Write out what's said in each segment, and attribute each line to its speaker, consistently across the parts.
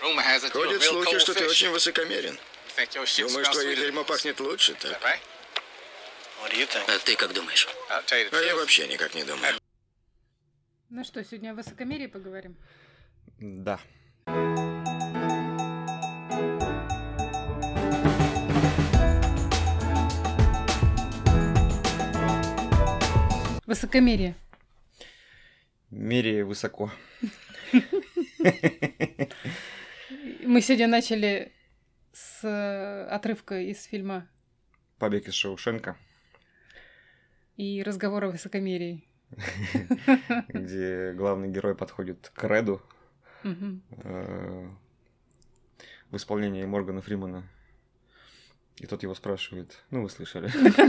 Speaker 1: Ходят слухи, что ты очень высокомерен. Думаешь, твое дерьмо пахнет лучше, так?
Speaker 2: А ты как думаешь?
Speaker 1: А я вообще никак не думаю.
Speaker 3: Ну что, сегодня о высокомерии поговорим?
Speaker 4: Да.
Speaker 3: Высокомерие.
Speaker 4: Меряя высоко.
Speaker 3: Мы сегодня начали с отрывка из фильма
Speaker 4: Побег из Шоушенка.
Speaker 3: и разговора о высокомерии.
Speaker 4: Где главный герой подходит к Реду в исполнении Моргана Фримана. И тот его спрашивает. Ну, вы слышали.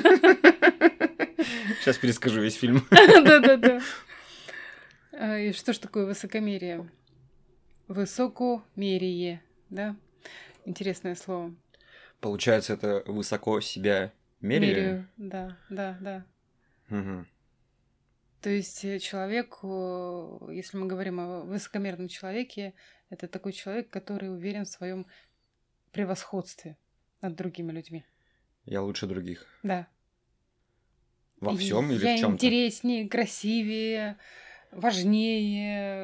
Speaker 4: Сейчас перескажу весь фильм.
Speaker 3: Да-да-да. И что ж такое высокомерие? Высокомерие, да? Интересное слово.
Speaker 4: Получается, это высоко себя меряю?
Speaker 3: Да.
Speaker 4: Угу.
Speaker 3: То есть человеку, если мы говорим о высокомерном человеке, это такой человек, который уверен в своем превосходстве над другими людьми.
Speaker 4: Я лучше других.
Speaker 3: Да.
Speaker 4: Во всем или
Speaker 3: я
Speaker 4: в чем-то?
Speaker 3: Интереснее, красивее, важнее.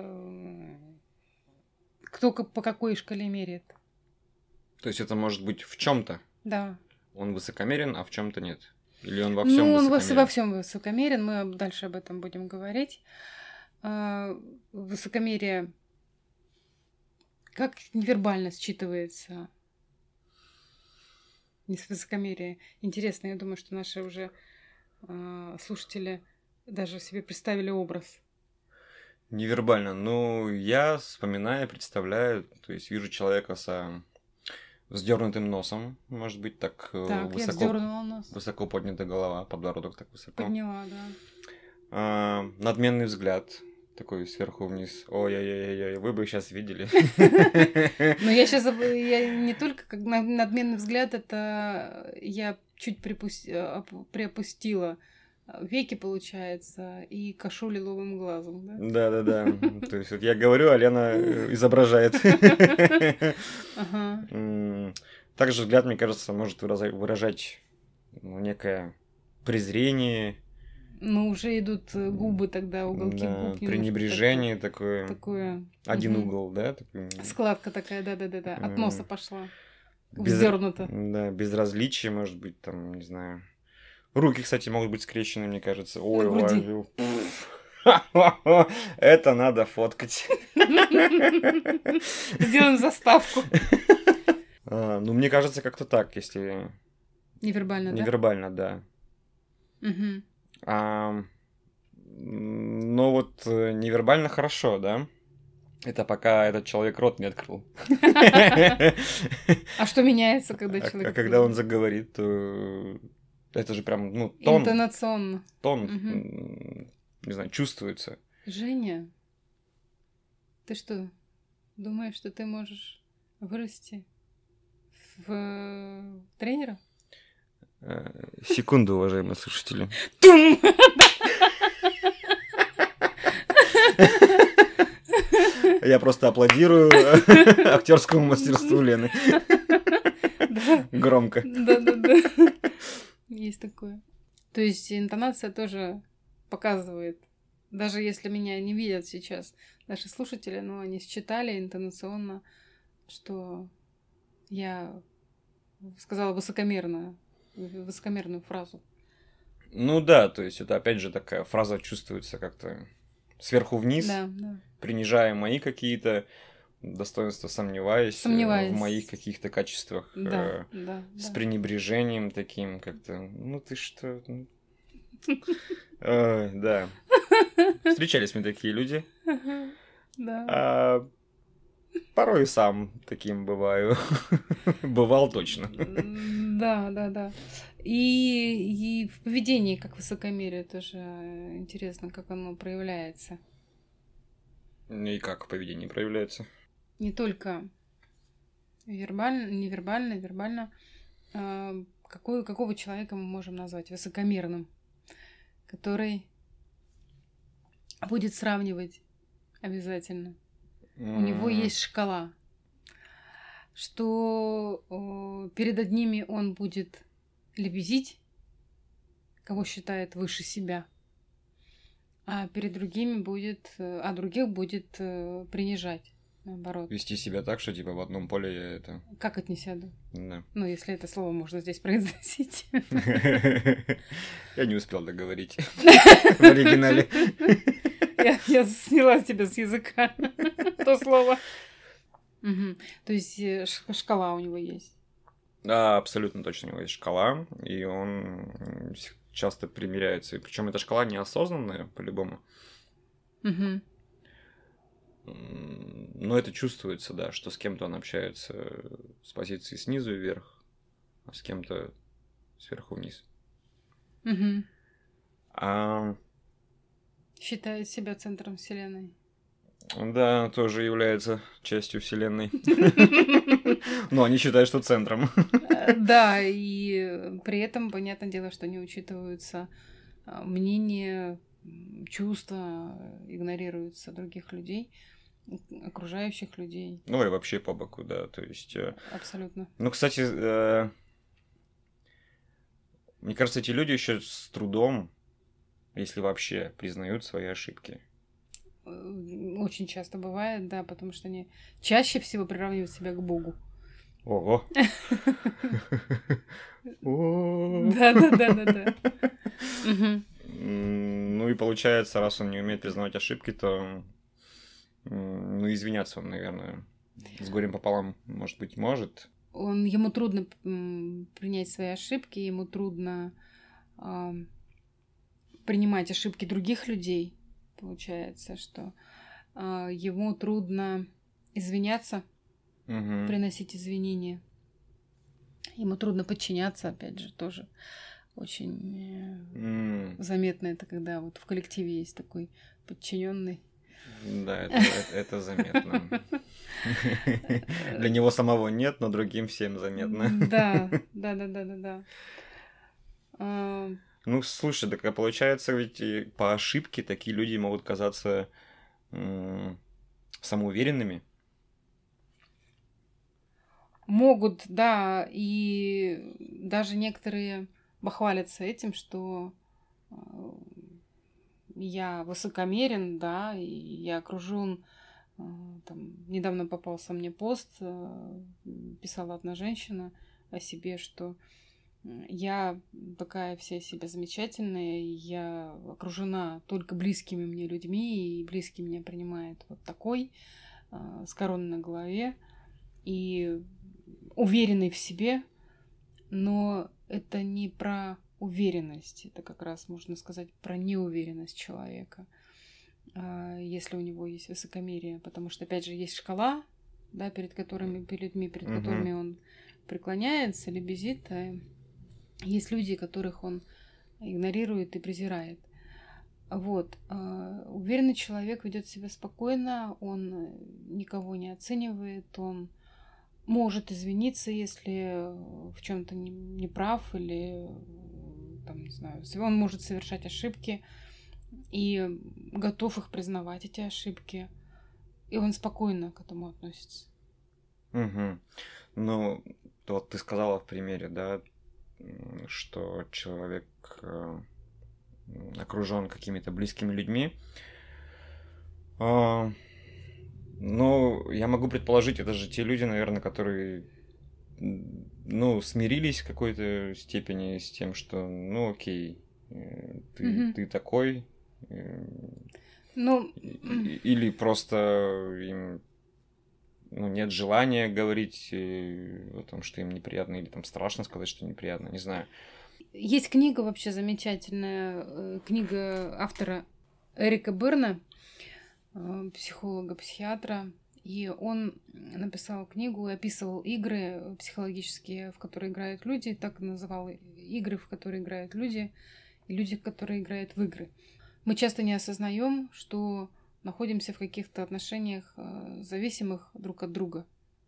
Speaker 3: Кто по какой шкале меряет?
Speaker 4: То есть это может быть в чем-то?
Speaker 3: Да.
Speaker 4: Он высокомерен, а в чем-то нет? Или он во всем
Speaker 3: он
Speaker 4: высокомерен?
Speaker 3: во всем высокомерен. Мы дальше об этом будем говорить. Высокомерие как невербально считывается? Не с высокомерия. Интересно, я думаю, что наши уже слушатели даже себе представили образ.
Speaker 4: Невербально. Ну, я вспоминаю, представляю, то есть вижу человека со вздернутым носом, может быть, так
Speaker 3: я вздернула нос.
Speaker 4: высоко поднята голова, подбородок так высоко.
Speaker 3: Подняла, да.
Speaker 4: Надменный взгляд, такой сверху вниз. Ой-ой-ой, вы бы сейчас видели.
Speaker 3: Но я не только как надменный взгляд, это я чуть приопустила веки, получается, и кашу лиловым глазом, да?
Speaker 4: Да. То есть вот я говорю, а Лена изображает. Также взгляд, мне кажется, может выражать некое презрение.
Speaker 3: Ну, уже идут губы тогда, уголки губ.
Speaker 4: Пренебрежение такое. Один угол, да?
Speaker 3: Складка такая, да. От носа пошла. Вздернута.
Speaker 4: Да, безразличие, может быть, там, не знаю. Руки, кстати, могут быть скрещены, мне кажется. Ой, это надо фоткать.
Speaker 3: Сделаем заставку.
Speaker 4: Ну, мне кажется, как-то так, если...
Speaker 3: Невербально, да?
Speaker 4: Невербально, да. Но вот невербально хорошо, да? Это пока этот человек рот не открыл.
Speaker 3: А что меняется, когда человек...
Speaker 4: А когда он заговорит, то... Это же прям, ну, тон...
Speaker 3: Интонационно.
Speaker 4: Тон, не знаю, чувствуется.
Speaker 3: Женя, ты что, думаешь, что ты можешь вырасти в тренера?
Speaker 4: Секунду, уважаемые слушатели. Я просто аплодирую актерскому мастерству Лены. Громко.
Speaker 3: Да. Есть такое. То есть интонация тоже показывает, даже если меня не видят сейчас наши слушатели, но они считали интонационно, что я сказала высокомерную фразу.
Speaker 4: Ну да, то есть это опять же такая фраза чувствуется как-то сверху вниз,
Speaker 3: да.
Speaker 4: Принижая мои какие-то достоинства, сомневаясь в моих каких-то качествах, с пренебрежением таким как-то. Ну ты что? Да. Встречались мне такие люди.
Speaker 3: Да.
Speaker 4: Порой и сам таким бываю. Бывал точно.
Speaker 3: Да. И в поведении, как высокомерие, тоже интересно, как оно проявляется.
Speaker 4: И как в поведении проявляется?
Speaker 3: Не только невербально, вербально. Какого человека мы можем назвать высокомерным, который будет сравнивать обязательно. У него есть шкала. что перед одними он будет лебезить, кого считает выше себя, а перед другими будет, а других будет принижать, наоборот.
Speaker 4: Вести себя так, что типа в одном поле я это...
Speaker 3: Как это не сяду?
Speaker 4: Да.
Speaker 3: Ну, если это слово можно здесь произносить.
Speaker 4: Я не успел договорить в оригинале.
Speaker 3: Я сняла тебя с языка то слово. То есть шкала у него есть.
Speaker 4: Да, абсолютно точно у него есть шкала, и он часто примеряется. Причем эта шкала неосознанная, по-любому. Но это чувствуется, да, что с кем-то он общается с позиции снизу вверх, а с кем-то сверху вниз.
Speaker 3: Считает себя центром вселенной.
Speaker 4: Да, тоже является частью вселенной. Но они считают, что центром.
Speaker 3: Да, и при этом, понятное дело, что не учитываются мнения, чувства, игнорируются других людей, окружающих людей.
Speaker 4: Ну и вообще по боку, да, то есть...
Speaker 3: Абсолютно.
Speaker 4: Ну, кстати, мне кажется, эти люди еще с трудом, если вообще, признают свои ошибки.
Speaker 3: Очень часто бывает, да, потому что они чаще всего приравнивают себя к Богу.
Speaker 4: Ого!
Speaker 3: Да.
Speaker 4: Ну и получается, раз он не умеет признавать ошибки, то ну извиняться он, наверное, с горем пополам, может быть, может.
Speaker 3: Ему трудно принять свои ошибки, ему трудно принимать ошибки других людей. Получается, что ему трудно извиняться, приносить извинения. Ему трудно подчиняться, опять же, тоже очень заметно это, когда вот в коллективе есть такой подчиненный.
Speaker 4: Да, это заметно. Для него самого нет, но другим всем заметно.
Speaker 3: Да.
Speaker 4: Ну, слушай, так получается, ведь по ошибке такие люди могут казаться самоуверенными.
Speaker 3: Могут, да, и даже некоторые бахвалятся этим, что я высокомерен, да, и я окружен. Там, недавно попался мне пост, писала одна женщина о себе, что я такая вся себя замечательная, я окружена только близкими мне людьми, и близкий меня принимает вот такой, с короной на голове, и уверенный в себе, но это не про уверенность, это как раз, можно сказать, про неуверенность человека, если у него есть высокомерие, потому что, опять же, есть шкала, да, перед людьми, перед которыми он преклоняется, лебезит, есть люди, которых он игнорирует и презирает. Вот. Уверенный человек ведет себя спокойно, он никого не оценивает, он может извиниться, если в чем-то не прав, или там, не знаю, он может совершать ошибки и готов их признавать, эти ошибки. И он спокойно к этому относится.
Speaker 4: Ну, вот ты сказала в примере, да, что человек окружен какими-то близкими людьми. Ну, я могу предположить, это же те люди, наверное, которые, ну, смирились в какой-то степени с тем, что, ну, окей, ты такой.
Speaker 3: Ну...
Speaker 4: Или просто им нет желания говорить о том, что им неприятно, или там страшно сказать, что неприятно, не знаю.
Speaker 3: Есть книга вообще замечательная, книга автора Эрика Берна, психолога-психиатра, и он написал книгу и описывал игры психологические, в которые играют люди, так называл игры, в которые играют люди, и люди, которые играют в игры. Мы часто не осознаем, что находимся в каких-то отношениях зависимых друг от друга.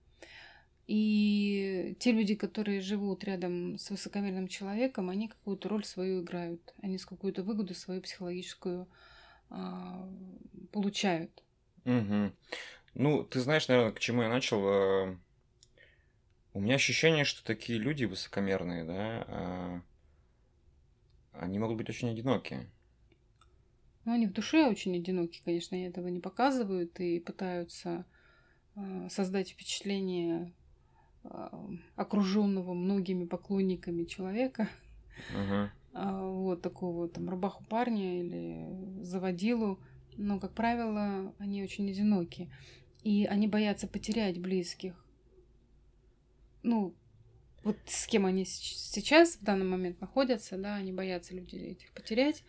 Speaker 3: И те люди, которые живут рядом с высокомерным человеком, они какую-то роль свою играют, они с какую-то выгоду свою психологическую получают.
Speaker 4: Ну, ты знаешь, наверное, к чему я начал. У меня ощущение, что такие люди высокомерные, да, они могут быть очень одиноки.
Speaker 3: Ну, они в душе очень одиноки, конечно, они этого не показывают и пытаются создать впечатление окруженного многими поклонниками человека. Вот такого там рубаху парня или заводилу. Но, как правило, они очень одиноки. И они боятся потерять близких. Ну, вот с кем они сейчас в данный момент находятся, да, они боятся людей этих потерять.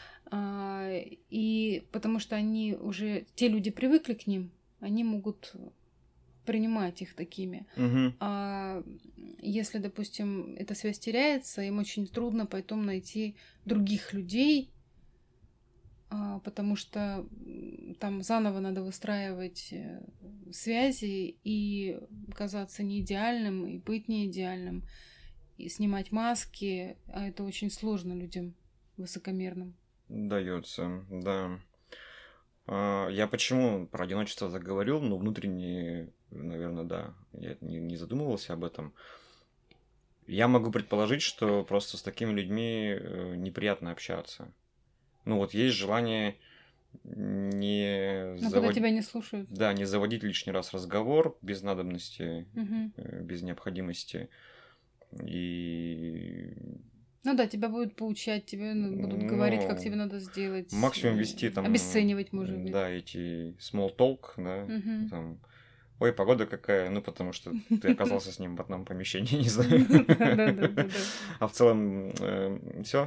Speaker 3: И потому что они уже, те люди привыкли к ним, они могут принимать их такими. А если, допустим, эта связь теряется, им очень трудно потом найти других людей, потому что там заново надо выстраивать связи и казаться не идеальным, и быть не идеальным, и снимать маски, а это очень сложно людям высокомерным.
Speaker 4: Дается, да. Я почему про одиночество заговорил, но внутренне, наверное, да, я не задумывался об этом. Я могу предположить, что просто с такими людьми неприятно общаться. Ну вот есть желание
Speaker 3: когда тебя не слушают.
Speaker 4: Да, не заводить лишний раз разговор без надобности, без необходимости. И...
Speaker 3: Ну да, тебя будут поучать, тебе будут говорить, как тебе надо сделать.
Speaker 4: Максимум вести там...
Speaker 3: Обесценивать, может быть.
Speaker 4: Да, эти small talk, да, там... Ой, погода какая, ну, потому что ты оказался с ним в одном помещении, не знаю.
Speaker 3: Да.
Speaker 4: А в целом все.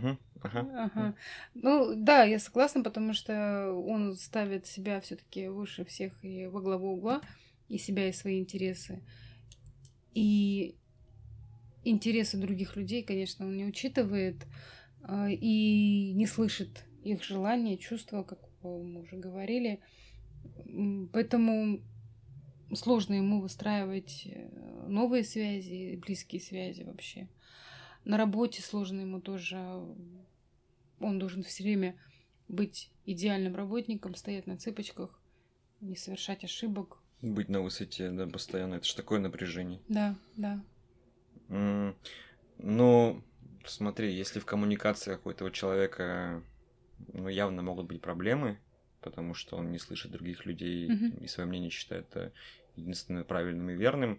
Speaker 3: Ну, да, я согласна, потому что он ставит себя все-таки выше всех и во главу угла, и себя, и свои интересы. И интересы других людей, конечно, он не учитывает и не слышит их желания, чувства, как мы уже говорили. Поэтому сложно ему выстраивать новые связи, близкие связи вообще. На работе сложно ему тоже. Он должен все время быть идеальным работником, стоять на цыпочках, не совершать ошибок.
Speaker 4: Быть на высоте, да, постоянно. Это же такое напряжение.
Speaker 3: Да.
Speaker 4: Ну, смотри, если в коммуникациях у этого человека явно могут быть проблемы, потому что он не слышит других людей и свое мнение считает единственным правильным и верным.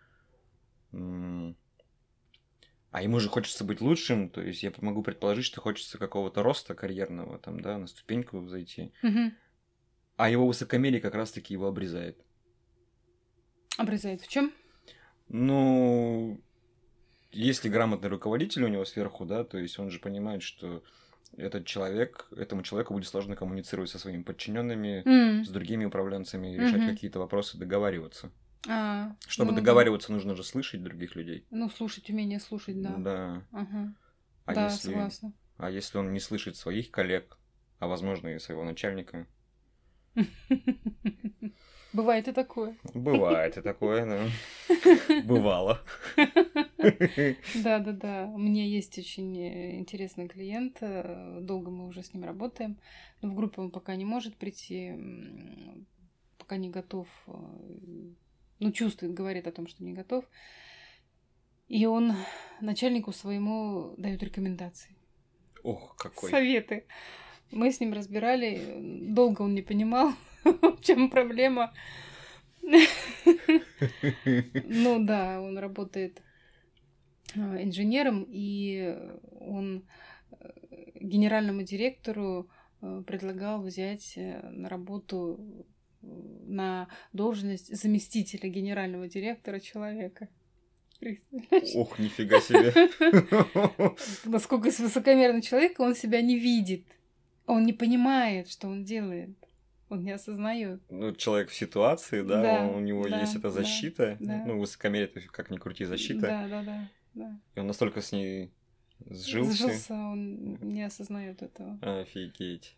Speaker 4: А ему же хочется быть лучшим, то есть я могу предположить, что хочется какого-то роста карьерного, там, да, на ступеньку зайти. А его высокомерие как раз-таки его обрезает.
Speaker 3: Обрезает в чем?
Speaker 4: Ну, если грамотный руководитель у него сверху, да, то есть он же понимает, что этому человеку будет сложно коммуницировать со своими подчиненными, с другими управленцами, решать какие-то вопросы, договариваться. Чтобы договариваться, нужно же слышать других людей.
Speaker 3: Ну, слушать, умение слушать, да.
Speaker 4: Да.
Speaker 3: Согласна.
Speaker 4: А если он не слышит своих коллег, а возможно и своего начальника?
Speaker 3: Бывает и такое.
Speaker 4: Бывает и такое, да. Бывало.
Speaker 3: Да. У меня есть очень интересный клиент. Долго мы уже с ним работаем. Но в группе он пока не может прийти, пока не готов. Ну, чувствует, говорит о том, что не готов. И он начальнику своему дает рекомендации.
Speaker 4: Ох, какой.
Speaker 3: Советы. Мы с ним разбирали. Долго он не понимал, в чем проблема. Ну да, он работает инженером, и он генеральному директору предлагал взять на работу на должность заместителя генерального директора человека.
Speaker 4: Ох, нифига себе.
Speaker 3: Насколько высокомерный человек, он себя не видит. Он не понимает, что он делает. Он не осознает.
Speaker 4: Ну, человек в ситуации, да, у него есть эта защита.
Speaker 3: Да.
Speaker 4: Ну, высокомерие, это как ни крути, защита.
Speaker 3: Да.
Speaker 4: И он настолько с ней сжился.
Speaker 3: Он не осознает этого.
Speaker 4: Офигеть.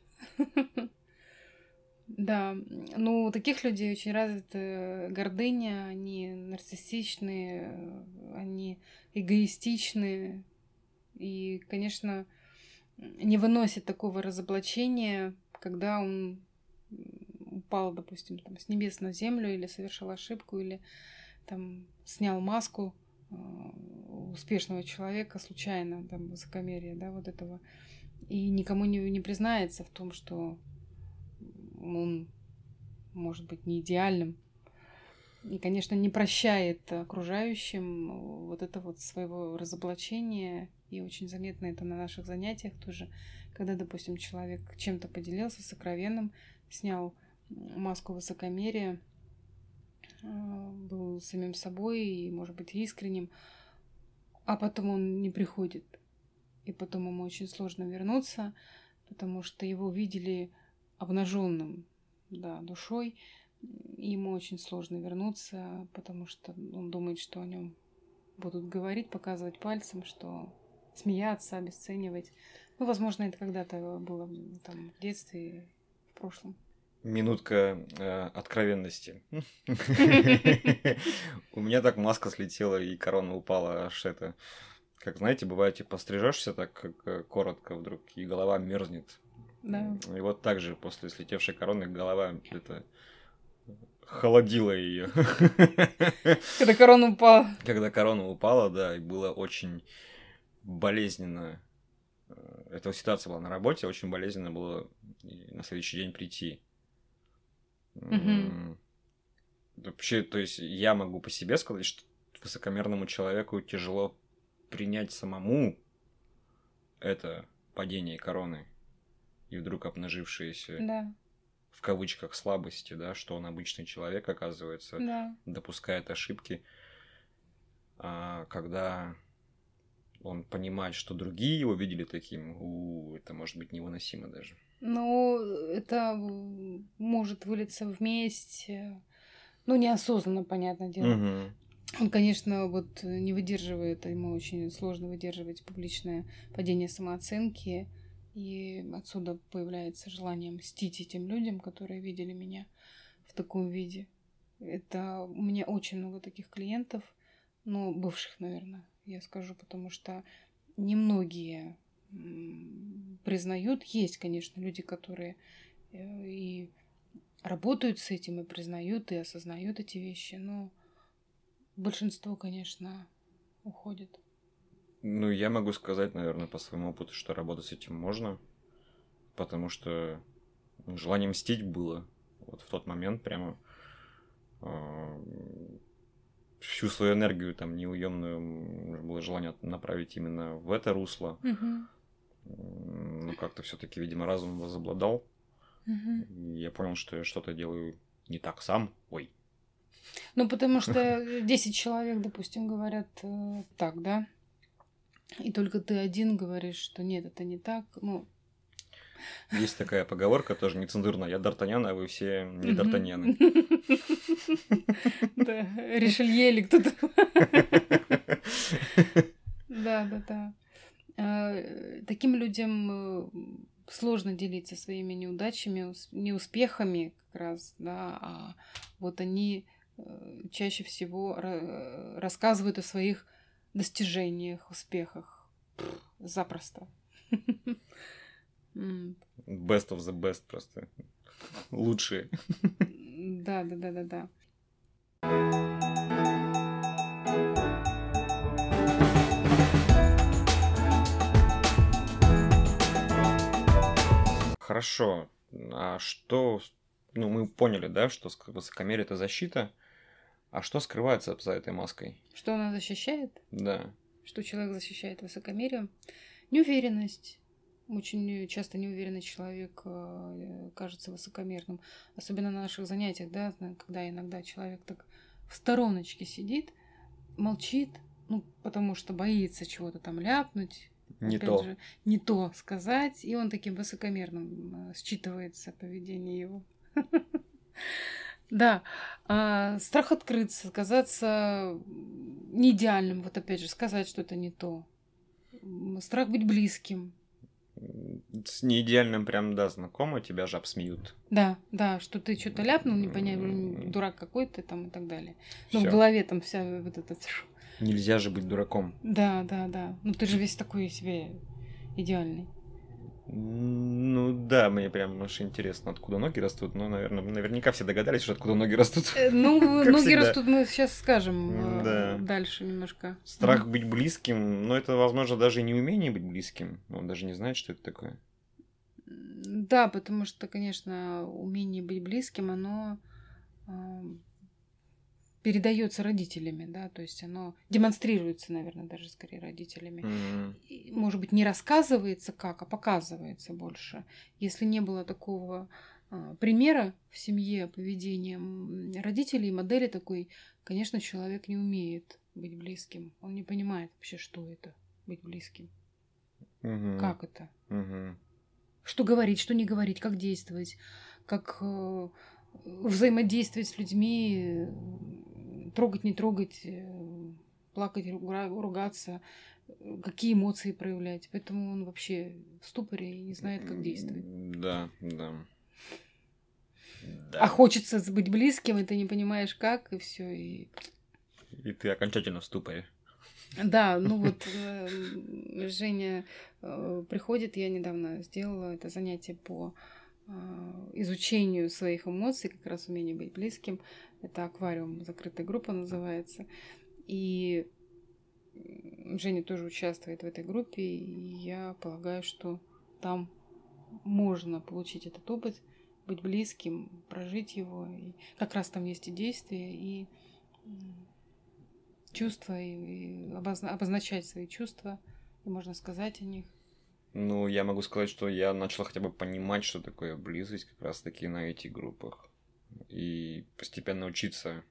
Speaker 3: Да, ну, у таких людей очень развита гордыня, они нарциссичные, они эгоистичные. И, конечно, не выносит такого разоблачения, когда он упал, допустим, там, с небес на землю или совершил ошибку, или там снял маску успешного человека случайно, там, высокомерие, да, вот этого, и никому не признается в том, что он может быть не идеальным. И, конечно, не прощает окружающим вот это вот своего разоблачения. И очень заметно это на наших занятиях тоже, когда, допустим, человек чем-то поделился сокровенным, снял маску высокомерия, был самим собой и, может быть, искренним, а потом он не приходит. И потом ему очень сложно вернуться, потому что его видели обнаженным, да, душой. И ему очень сложно вернуться, потому что он думает, что о нем будут говорить, показывать пальцем, что смеяться, обесценивать. Ну, возможно, это когда-то было там в детстве, в прошлом.
Speaker 4: Минутка откровенности. У меня так маска слетела и корона упала, аж это... Как, знаете, бывает, типа, пострижешься так как коротко вдруг, и голова мерзнет.
Speaker 3: Да.
Speaker 4: И вот так же после слетевшей короны голова это холодила ее.
Speaker 3: Когда корона упала.
Speaker 4: Когда корона упала, да, и было очень болезненно. Эта ситуация была на работе, очень болезненно было на следующий день прийти. Вообще, то есть я могу по себе сказать, что высокомерному человеку тяжело принять самому это падение короны и вдруг обнажившиеся,
Speaker 3: да,
Speaker 4: в кавычках, слабости, да, что он обычный человек, оказывается,
Speaker 3: да,
Speaker 4: допускает ошибки, а когда он понимает, что другие его видели таким, это может быть невыносимо даже.
Speaker 3: Ну, это может вылиться в месть, ну, неосознанно, понятное дело.
Speaker 4: Угу.
Speaker 3: Он, конечно, вот не выдерживает, ему очень сложно выдерживать публичное падение самооценки, и отсюда появляется желание мстить этим людям, которые видели меня в таком виде. Это у меня очень много таких клиентов, ну, бывших, наверное, я скажу, потому что немногие признают. Есть, конечно, люди, которые и работают с этим, и признают, и осознают эти вещи, но большинство, конечно, уходит.
Speaker 4: Ну, я могу сказать, наверное, по своему опыту, что работать с этим можно, потому что желание мстить было вот в тот момент прямо всю свою энергию там неуемную было желание направить именно в это русло. Но как-то все-таки, видимо, разум возобладал. И я понял, что я что-то делаю не так сам. Ой.
Speaker 3: Ну, потому что 10 человек, допустим, говорят так, да? И только ты один говоришь, что нет, это не так. Ну...
Speaker 4: Есть такая поговорка, тоже нецензурная. Я Д'Артаньян, а вы все не Д'Артаньяны.
Speaker 3: Да, Ришелье или кто-то. Да. Таким людям сложно делиться своими неудачами, неуспехами как раз, да, а вот они чаще всего рассказывают о своих достижениях, успехах запросто.
Speaker 4: Best of the best просто. Лучшие.
Speaker 3: Да.
Speaker 4: Хорошо. А что... Ну, мы поняли, да, что высокомерие – это защита. А что скрывается за этой маской?
Speaker 3: Что она защищает?
Speaker 4: Да.
Speaker 3: Что человек защищает высокомерием? Неуверенность. Очень часто неуверенный человек кажется высокомерным. Особенно на наших занятиях, да, когда иногда человек так в стороночке сидит, молчит, ну, потому что боится чего-то там ляпнуть. Не то сказать, и он таким высокомерным считывается поведение его. Да, страх открыться, казаться неидеальным, вот опять же, сказать что-то не то. Страх быть близким.
Speaker 4: С неидеальным прям, да, знакомо, тебя же обсмеют.
Speaker 3: Да, что ты что-то ляпнул, непонятно, дурак какой-то там и так далее. Но в голове там вся вот эта...
Speaker 4: Нельзя же быть дураком.
Speaker 3: Да. Ну ты же весь такой себе идеальный.
Speaker 4: Ну да, мне прям аж интересно, откуда ноги растут. Но, наверняка все догадались, что откуда ноги растут.
Speaker 3: Ну, ноги растут, мы сейчас скажем
Speaker 4: Да.
Speaker 3: дальше немножко.
Speaker 4: Страх быть близким, но это, возможно, даже и не умение быть близким. Он даже не знает, что это такое.
Speaker 3: Да, потому что, конечно, умение быть близким, оно передается родителями, да, то есть оно демонстрируется, наверное, даже скорее родителями. И, может быть, не рассказывается как, а показывается больше. Если не было такого примера в семье поведения родителей, модели такой, конечно, человек не умеет быть близким. Он не понимает вообще, что это быть близким. Как это? Что говорить, что не говорить, как действовать, как взаимодействовать с людьми, трогать, не трогать, плакать, ругаться, какие эмоции проявлять. Поэтому он вообще в ступоре и не знает, как действовать.
Speaker 4: Да.
Speaker 3: А хочется быть близким, и ты не понимаешь, как, и все. И
Speaker 4: ты окончательно в ступоре.
Speaker 3: Да, ну вот Женя приходит, я недавно сделала это занятие по изучению своих эмоций, как раз умение быть близким. Это аквариум, закрытая группа называется. И Женя тоже участвует в этой группе, и я полагаю, что там можно получить этот опыт, быть близким, прожить его. И как раз там есть и действия, и чувства, и обозначать свои чувства, и можно сказать о них.
Speaker 4: Ну, я могу сказать, что я начал хотя бы понимать, что такое близость как раз-таки на этих группах. И постепенно учиться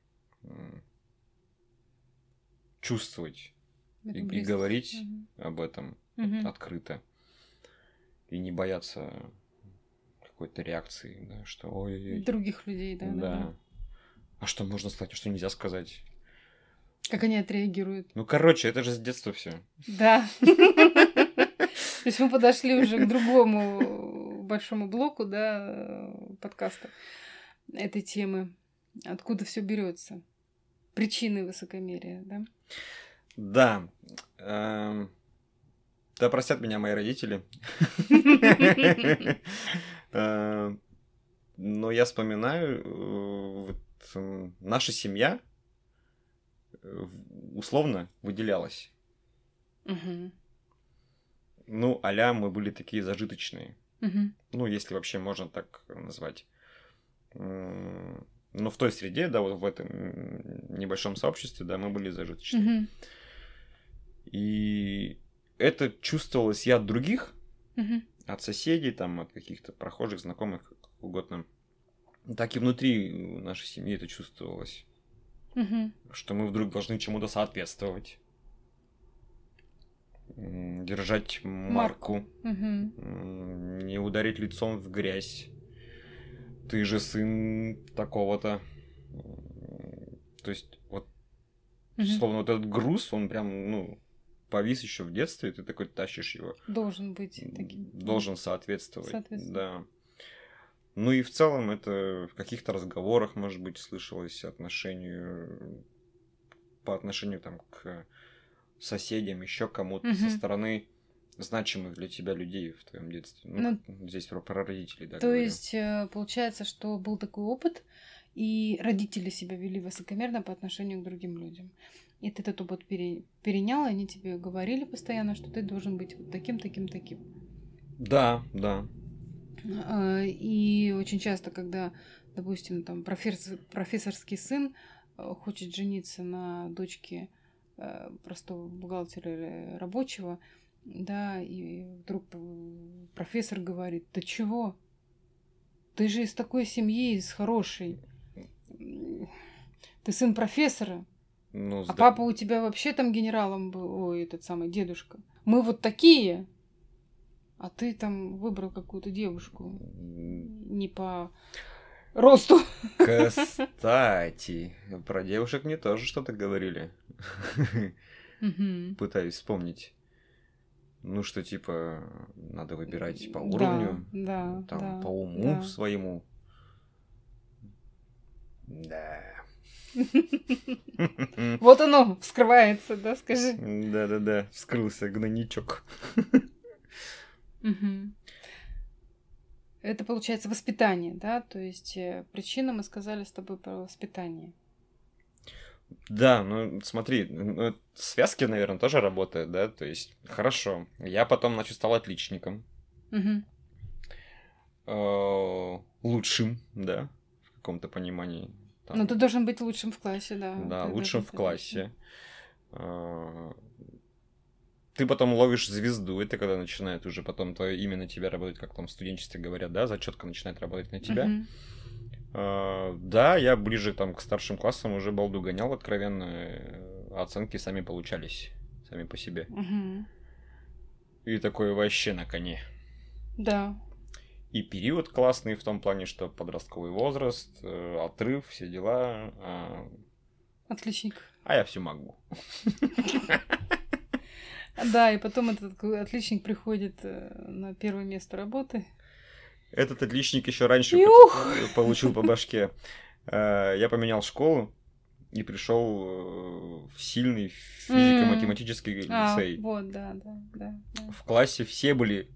Speaker 4: чувствовать и говорить об этом открыто. И не бояться какой-то реакции, да, что ой-ой-ой.
Speaker 3: Других людей, да.
Speaker 4: А что можно сказать, а что нельзя сказать?
Speaker 3: Как они отреагируют?
Speaker 4: Ну, короче, это же с детства все.
Speaker 3: Да. То есть мы подошли уже к другому большому блоку, да, подкаста этой темы. Откуда все берется? Причины высокомерия, да?
Speaker 4: Да. Да простят меня мои родители. Но я вспоминаю, наша семья условно выделялась. Ну, а-ля мы были такие зажиточные. Ну, если вообще можно так назвать. Но в той среде, да, вот в этом небольшом сообществе, да, мы были зажиточные. И это чувствовалось и от других, от соседей, там, от каких-то прохожих, знакомых, как угодно. Так и внутри нашей семьи это чувствовалось. Что мы вдруг должны чему-то соответствовать. Держать марку. Не ударить лицом в грязь. Ты же сын такого-то. То есть, вот, словно вот этот груз, он прям, ну, повис еще в детстве, и ты такой тащишь его.
Speaker 3: Должен быть таким.
Speaker 4: Должен соответствовать. Да. Ну и в целом это в каких-то разговорах, может быть, слышалось по отношению там к соседям, еще кому-то со стороны значимых для тебя людей в твоем детстве. Ну, здесь про родителей, да.
Speaker 3: То есть получается, что был такой опыт, и родители себя вели высокомерно по отношению к другим людям. И ты этот опыт перенял, и они тебе говорили постоянно, что ты должен быть вот таким, таким, таким.
Speaker 4: Да.
Speaker 3: И очень часто, когда, допустим, там профессорский сын хочет жениться на дочке простого бухгалтера или рабочего, да, и вдруг профессор говорит: ты чего? Ты же из такой семьи, из хорошей. Ты сын профессора.
Speaker 4: Ну,
Speaker 3: а папа у тебя вообще там генералом был, ой, этот самый дедушка. Мы вот такие. А ты там выбрал какую-то девушку не по росту.
Speaker 4: Кстати, про девушек мне тоже что-то говорили. Пытаюсь вспомнить. Ну, что типа надо выбирать по уровню, по уму своему. Да.
Speaker 3: Вот оно вскрывается, да, скажи?
Speaker 4: Да, вскрылся гнойничок.
Speaker 3: это получается воспитание, да? То есть причина, мы сказали с тобой про воспитание.
Speaker 4: Да, ну смотри, связки, наверное, тоже работают, да? То есть, хорошо, я потом, значит, стал отличником. Лучшим, да, в каком-то понимании.
Speaker 3: Ну, ты должен быть лучшим в классе, да.
Speaker 4: Да, лучшим в классе. Ты потом ловишь звезду, это когда начинает уже потом твое имя на тебя работать, как там в студенчестве говорят, да, зачетка начинает работать на тебя. Да, я ближе там к старшим классам уже балду гонял откровенно, оценки сами получались, сами по себе. И такое вообще на коне.
Speaker 3: Да.
Speaker 4: И период классный в том плане, что подростковый возраст, отрыв, все дела.
Speaker 3: Отличник.
Speaker 4: А я все могу.
Speaker 3: Да, и потом этот отличник приходит на первое место работы.
Speaker 4: Этот отличник еще раньше получил по башке. Я поменял школу и пришел в сильный физико-математический лицей.
Speaker 3: Вот, да.
Speaker 4: В классе все были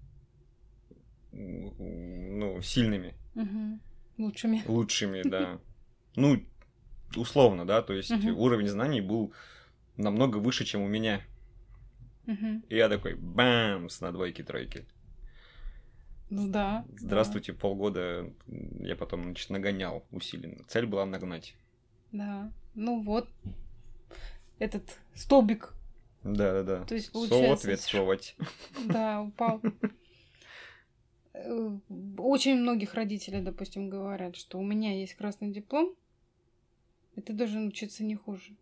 Speaker 4: сильными. Лучшими, да. Ну, условно, да, то есть уровень знаний был намного выше, чем у меня. И я такой, бам, с двойки-тройки.
Speaker 3: Ну да.
Speaker 4: Здравствуйте, полгода я потом, значит, нагонял усиленно. Цель была нагнать.
Speaker 3: Да. Ну вот, этот столбик.
Speaker 4: Да.
Speaker 3: То есть, получается...
Speaker 4: Соответствовать.
Speaker 3: Да, упал. Очень многих родителей, допустим, говорят, что у меня есть красный диплом, и ты должен учиться не хуже.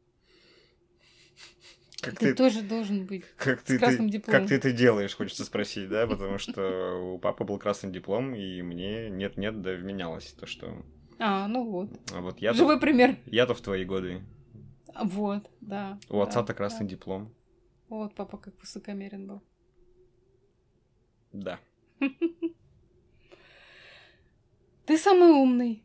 Speaker 3: Ты тоже должен быть с красным дипломом.
Speaker 4: Как ты это делаешь, хочется спросить, да? Потому что у папы был красный диплом, и мне нет-нет, да вменялось то, что...
Speaker 3: Ну вот.
Speaker 4: А вот
Speaker 3: живой пример.
Speaker 4: Я-то в твои годы.
Speaker 3: Вот, да.
Speaker 4: У отца-то красный диплом.
Speaker 3: Вот папа как высокомерен был.
Speaker 4: Да.
Speaker 3: Ты самый умный.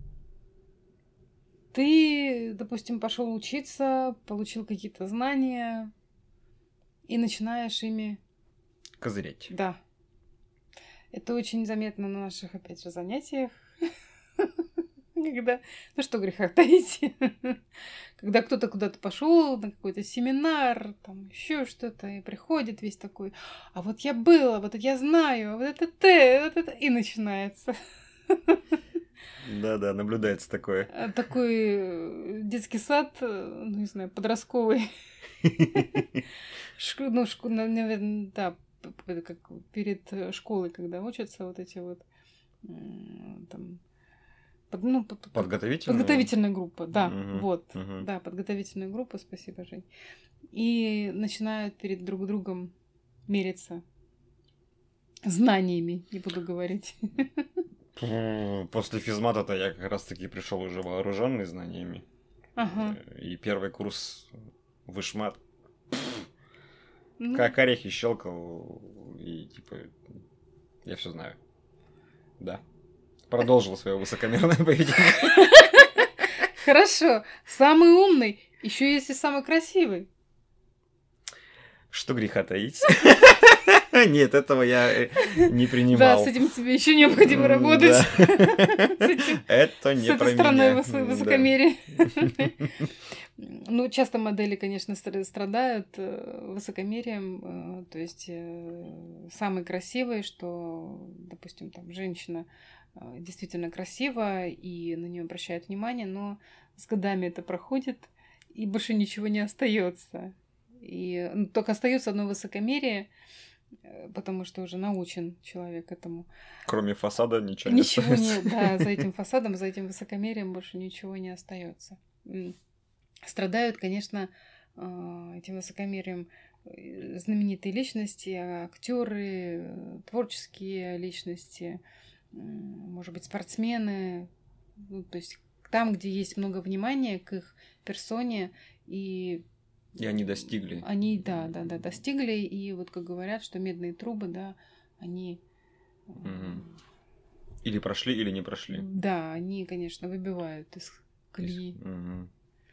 Speaker 3: Ты, допустим, пошел учиться, получил какие-то знания и начинаешь ими...
Speaker 4: Козырять.
Speaker 3: Да. Это очень заметно на наших, опять же, занятиях. Когда... Ну что греха таить. Когда кто-то куда-то пошел на какой-то семинар, там еще что-то, и приходит весь такой, а вот я была, вот я знаю, вот это ты, вот это... И начинается.
Speaker 4: Да, наблюдается такое.
Speaker 3: Такой детский сад, ну, не знаю, подростковый. Наверное, да, как перед школой, когда учатся вот эти вот там... Подготовительная группа, да, да, подготовительная группа, спасибо, Жень. И начинают перед друг другом мериться знаниями, не буду говорить.
Speaker 4: После физмата-то я как раз-таки пришел уже вооруженный знаниями. И первый курс вышмат. Как орехи щелкал, и типа я все знаю. Да. Продолжил свое высокомерное поведение.
Speaker 3: Хорошо. Самый умный, еще есть и самый красивый.
Speaker 4: Что греха таить? Нет, этого я не принимал.
Speaker 3: Да, с этим тебе еще необходимо работать.
Speaker 4: Это не про меня.
Speaker 3: С этой стороной высокомерия. Ну, часто модели, конечно, страдают высокомерием. То есть самый красивый, что, допустим, там женщина действительно красива, и на нее обращают внимание, но с годами это проходит, и больше ничего не остается. И только остается одно высокомерие, потому что уже научен человек этому.
Speaker 4: Кроме фасада ничего не остается.
Speaker 3: Да, за этим фасадом, за этим высокомерием больше ничего не остается. Страдают, конечно, этим высокомерием знаменитые личности, актеры, творческие личности, может быть, спортсмены. Ну, то есть там, где есть много внимания к их персоне, и
Speaker 4: они достигли.
Speaker 3: Они, да, достигли. И вот как говорят, что медные трубы, да, они...
Speaker 4: Или прошли, или не прошли.
Speaker 3: Да, они, конечно, выбивают из колеи.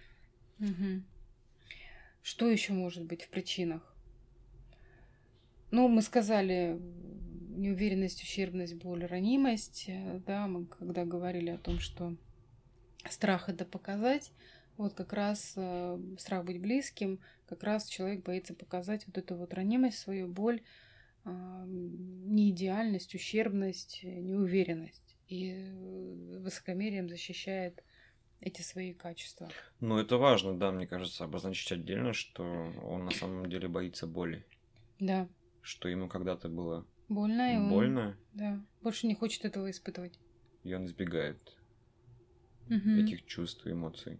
Speaker 3: Что еще может быть в причинах? Ну, мы сказали неуверенность, ущербность, боль, ранимость. Да, мы когда говорили о том, что страх это показать, вот как раз страх быть близким, как раз человек боится показать вот эту вот ранимость, свою боль, неидеальность, ущербность, неуверенность. И высокомерием защищает эти свои качества.
Speaker 4: Ну, это важно, да, мне кажется, обозначить отдельно, что он на самом деле боится боли.
Speaker 3: Да.
Speaker 4: Что ему когда-то было
Speaker 3: больно, и
Speaker 4: больно.
Speaker 3: Да. Больше не хочет этого испытывать.
Speaker 4: И он избегает этих чувств и эмоций.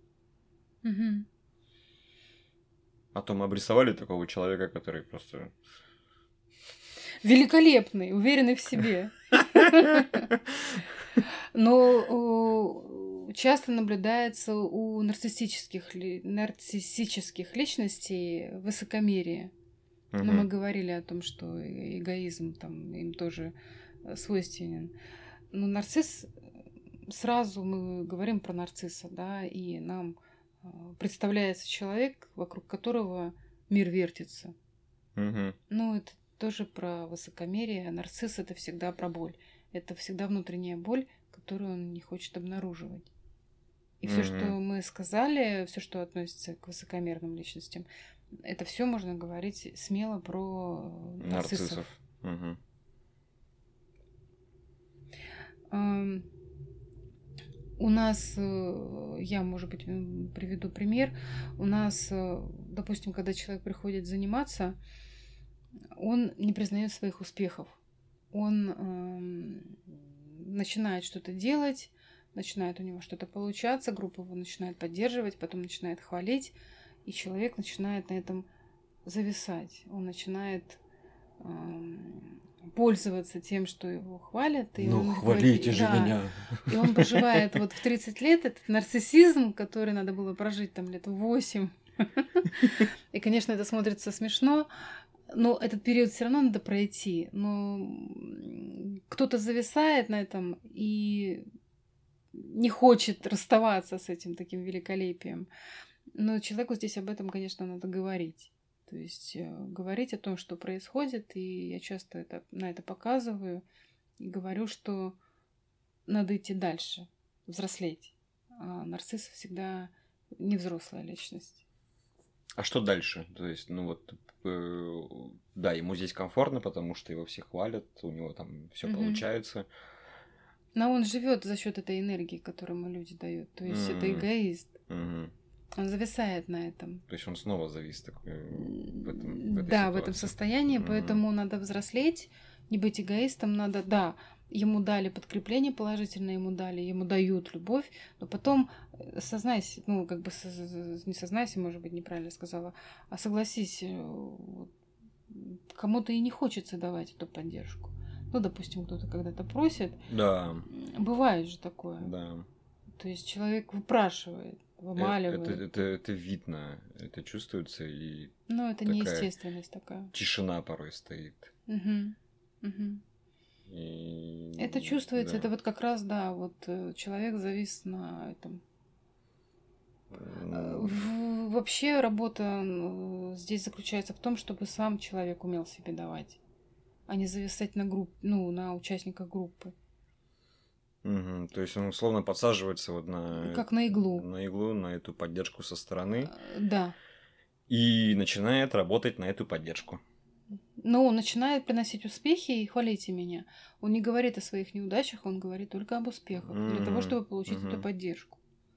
Speaker 4: А то мы обрисовали такого человека, который просто...
Speaker 3: Великолепный, уверенный в себе. Но часто наблюдается у нарциссических личностей высокомерие. Но мы говорили о том, что эгоизм там им тоже свойственен. Но нарцисс, сразу мы говорим про нарцисса, да, и нам представляется человек, вокруг которого мир вертится. Ну, это тоже про высокомерие. Нарцисс — это всегда про боль. Это всегда внутренняя боль, которую он не хочет обнаруживать. И все, что мы сказали, все, что относится к высокомерным личностям, это все можно говорить смело про нарциссов. У нас, я, может быть, приведу пример. У нас, допустим, когда человек приходит заниматься, он не признает своих успехов. Он начинает что-то делать, начинает у него что-то получаться, группа его начинает поддерживать, потом начинает хвалить, и человек начинает на этом зависать. Он начинает пользоваться тем, что его хвалят. И он
Speaker 4: хвалите же меня.
Speaker 3: И он проживает вот в 30 лет этот нарциссизм, который надо было прожить там лет 8. И, конечно, это смотрится смешно, но этот период все равно надо пройти. Но кто-то зависает на этом и не хочет расставаться с этим таким великолепием. Но человеку здесь об этом, конечно, надо говорить. То есть говорить о том, что происходит, и я часто на это показываю и говорю, что надо идти дальше, взрослеть. А нарцисс всегда не взрослая личность.
Speaker 4: А что дальше? То есть, да, ему здесь комфортно, потому что его все хвалят, у него там все получается.
Speaker 3: Но он живет за счет этой энергии, которую ему люди дают. То есть это эгоист. Он зависает на этом.
Speaker 4: То есть он снова завис такой в
Speaker 3: этом состоянии, поэтому надо взрослеть, не быть эгоистом, надо, да, ему дали подкрепление положительное, ему дают любовь, но потом сознайся, не сознайся, может быть, неправильно сказала, а согласись, кому-то и не хочется давать эту поддержку. Ну, допустим, кто-то когда-то просит.
Speaker 4: Да.
Speaker 3: Бывает же такое.
Speaker 4: Да.
Speaker 3: То есть человек выпрашивает, вымаливает.
Speaker 4: Это видно, это чувствуется, и
Speaker 3: это неестественность такая.
Speaker 4: Тишина порой стоит. И...
Speaker 3: Это чувствуется, это вот как раз, да, вот человек завис на этом. Вообще работа здесь заключается в том, чтобы сам человек умел себе давать, а не зависать на на участниках группы.
Speaker 4: То есть он условно подсаживается вот на...
Speaker 3: Как на иглу.
Speaker 4: На иглу, на эту поддержку со стороны.
Speaker 3: Да.
Speaker 4: И начинает работать на эту поддержку.
Speaker 3: Но он начинает приносить успехи и хвалите меня. Он не говорит о своих неудачах, он говорит только об успехах. Для того, чтобы получить эту поддержку.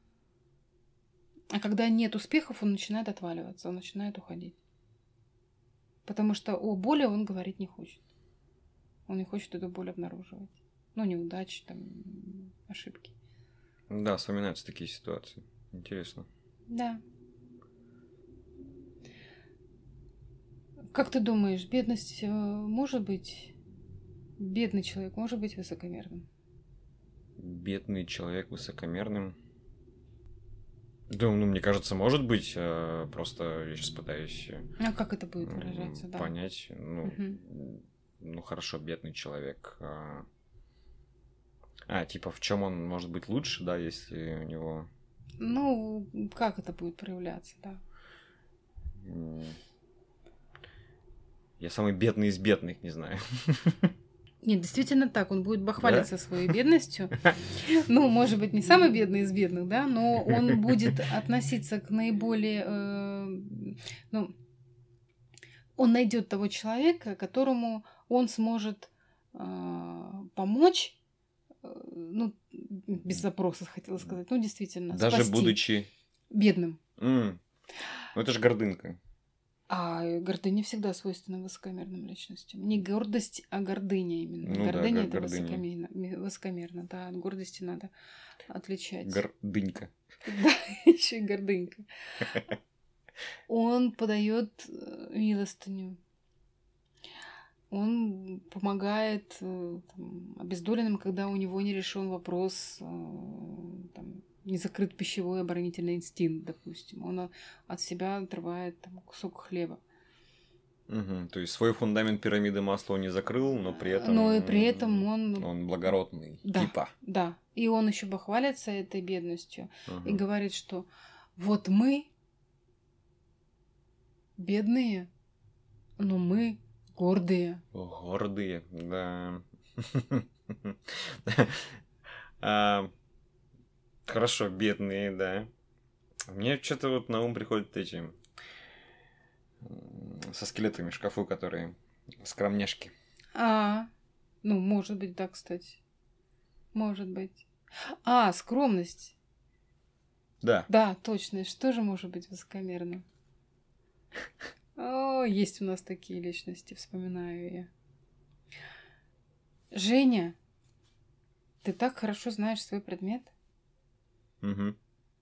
Speaker 3: А когда нет успехов, он начинает отваливаться, он начинает уходить. Потому что о боли он говорить не хочет. Он не хочет эту боль обнаруживать. Неудачи, ошибки.
Speaker 4: Да, вспоминаются такие ситуации. Интересно.
Speaker 3: Да. Как ты думаешь, бедность может быть... Бедный человек может быть высокомерным?
Speaker 4: Бедный человек высокомерным? Да, мне кажется, может быть. Просто я сейчас пытаюсь...
Speaker 3: А как это будет выражаться?
Speaker 4: Понять. Хорошо, бедный человек... в чем он может быть лучше, да, если у него...
Speaker 3: Как это будет проявляться, да?
Speaker 4: Я самый бедный из бедных, не знаю.
Speaker 3: Нет, действительно так, он будет бахвалиться своей бедностью. Ну, может быть, не самый бедный из бедных, да, но он будет относиться к наиболее... Ну, он найдет того человека, которому он сможет помочь, ну, без запроса, хотела сказать, ну, действительно,
Speaker 4: даже
Speaker 3: спасти.
Speaker 4: Будучи...
Speaker 3: Бедным.
Speaker 4: Ну, это же гордынка.
Speaker 3: А гордыня всегда свойственна высокомерным личностям. Не гордость, а гордыня именно.
Speaker 4: Ну,
Speaker 3: гордыня
Speaker 4: да,
Speaker 3: это
Speaker 4: гордыня.
Speaker 3: высокомерно, да, от гордости надо отличать.
Speaker 4: Гордынька.
Speaker 3: Да, еще и гордынька. Он подает милостыню. Он помогает там, обездоленным, когда у него не решен вопрос, там, не закрыт пищевой оборонительный инстинкт, допустим. Он от себя отрывает там, кусок хлеба.
Speaker 4: Угу. То есть свой фундамент пирамиды Маслоу не закрыл, но при этом...
Speaker 3: Но и при этом он...
Speaker 4: Он благородный,
Speaker 3: да,
Speaker 4: типа.
Speaker 3: Да. И он еще бахвалится этой бедностью.
Speaker 4: Угу.
Speaker 3: И говорит, что вот мы бедные, но мы гордые.
Speaker 4: Гордые, да. Хорошо, бедные, да. Мне что-то вот на ум приходят эти со скелетами в шкафу, которые скромняшки.
Speaker 3: Ну, может быть, да, кстати. Может быть. Скромность.
Speaker 4: Да.
Speaker 3: Да, точно. Что же может быть высокомерно? Есть у нас такие личности, вспоминаю я. Женя, ты так хорошо знаешь свой предмет?
Speaker 4: Угу.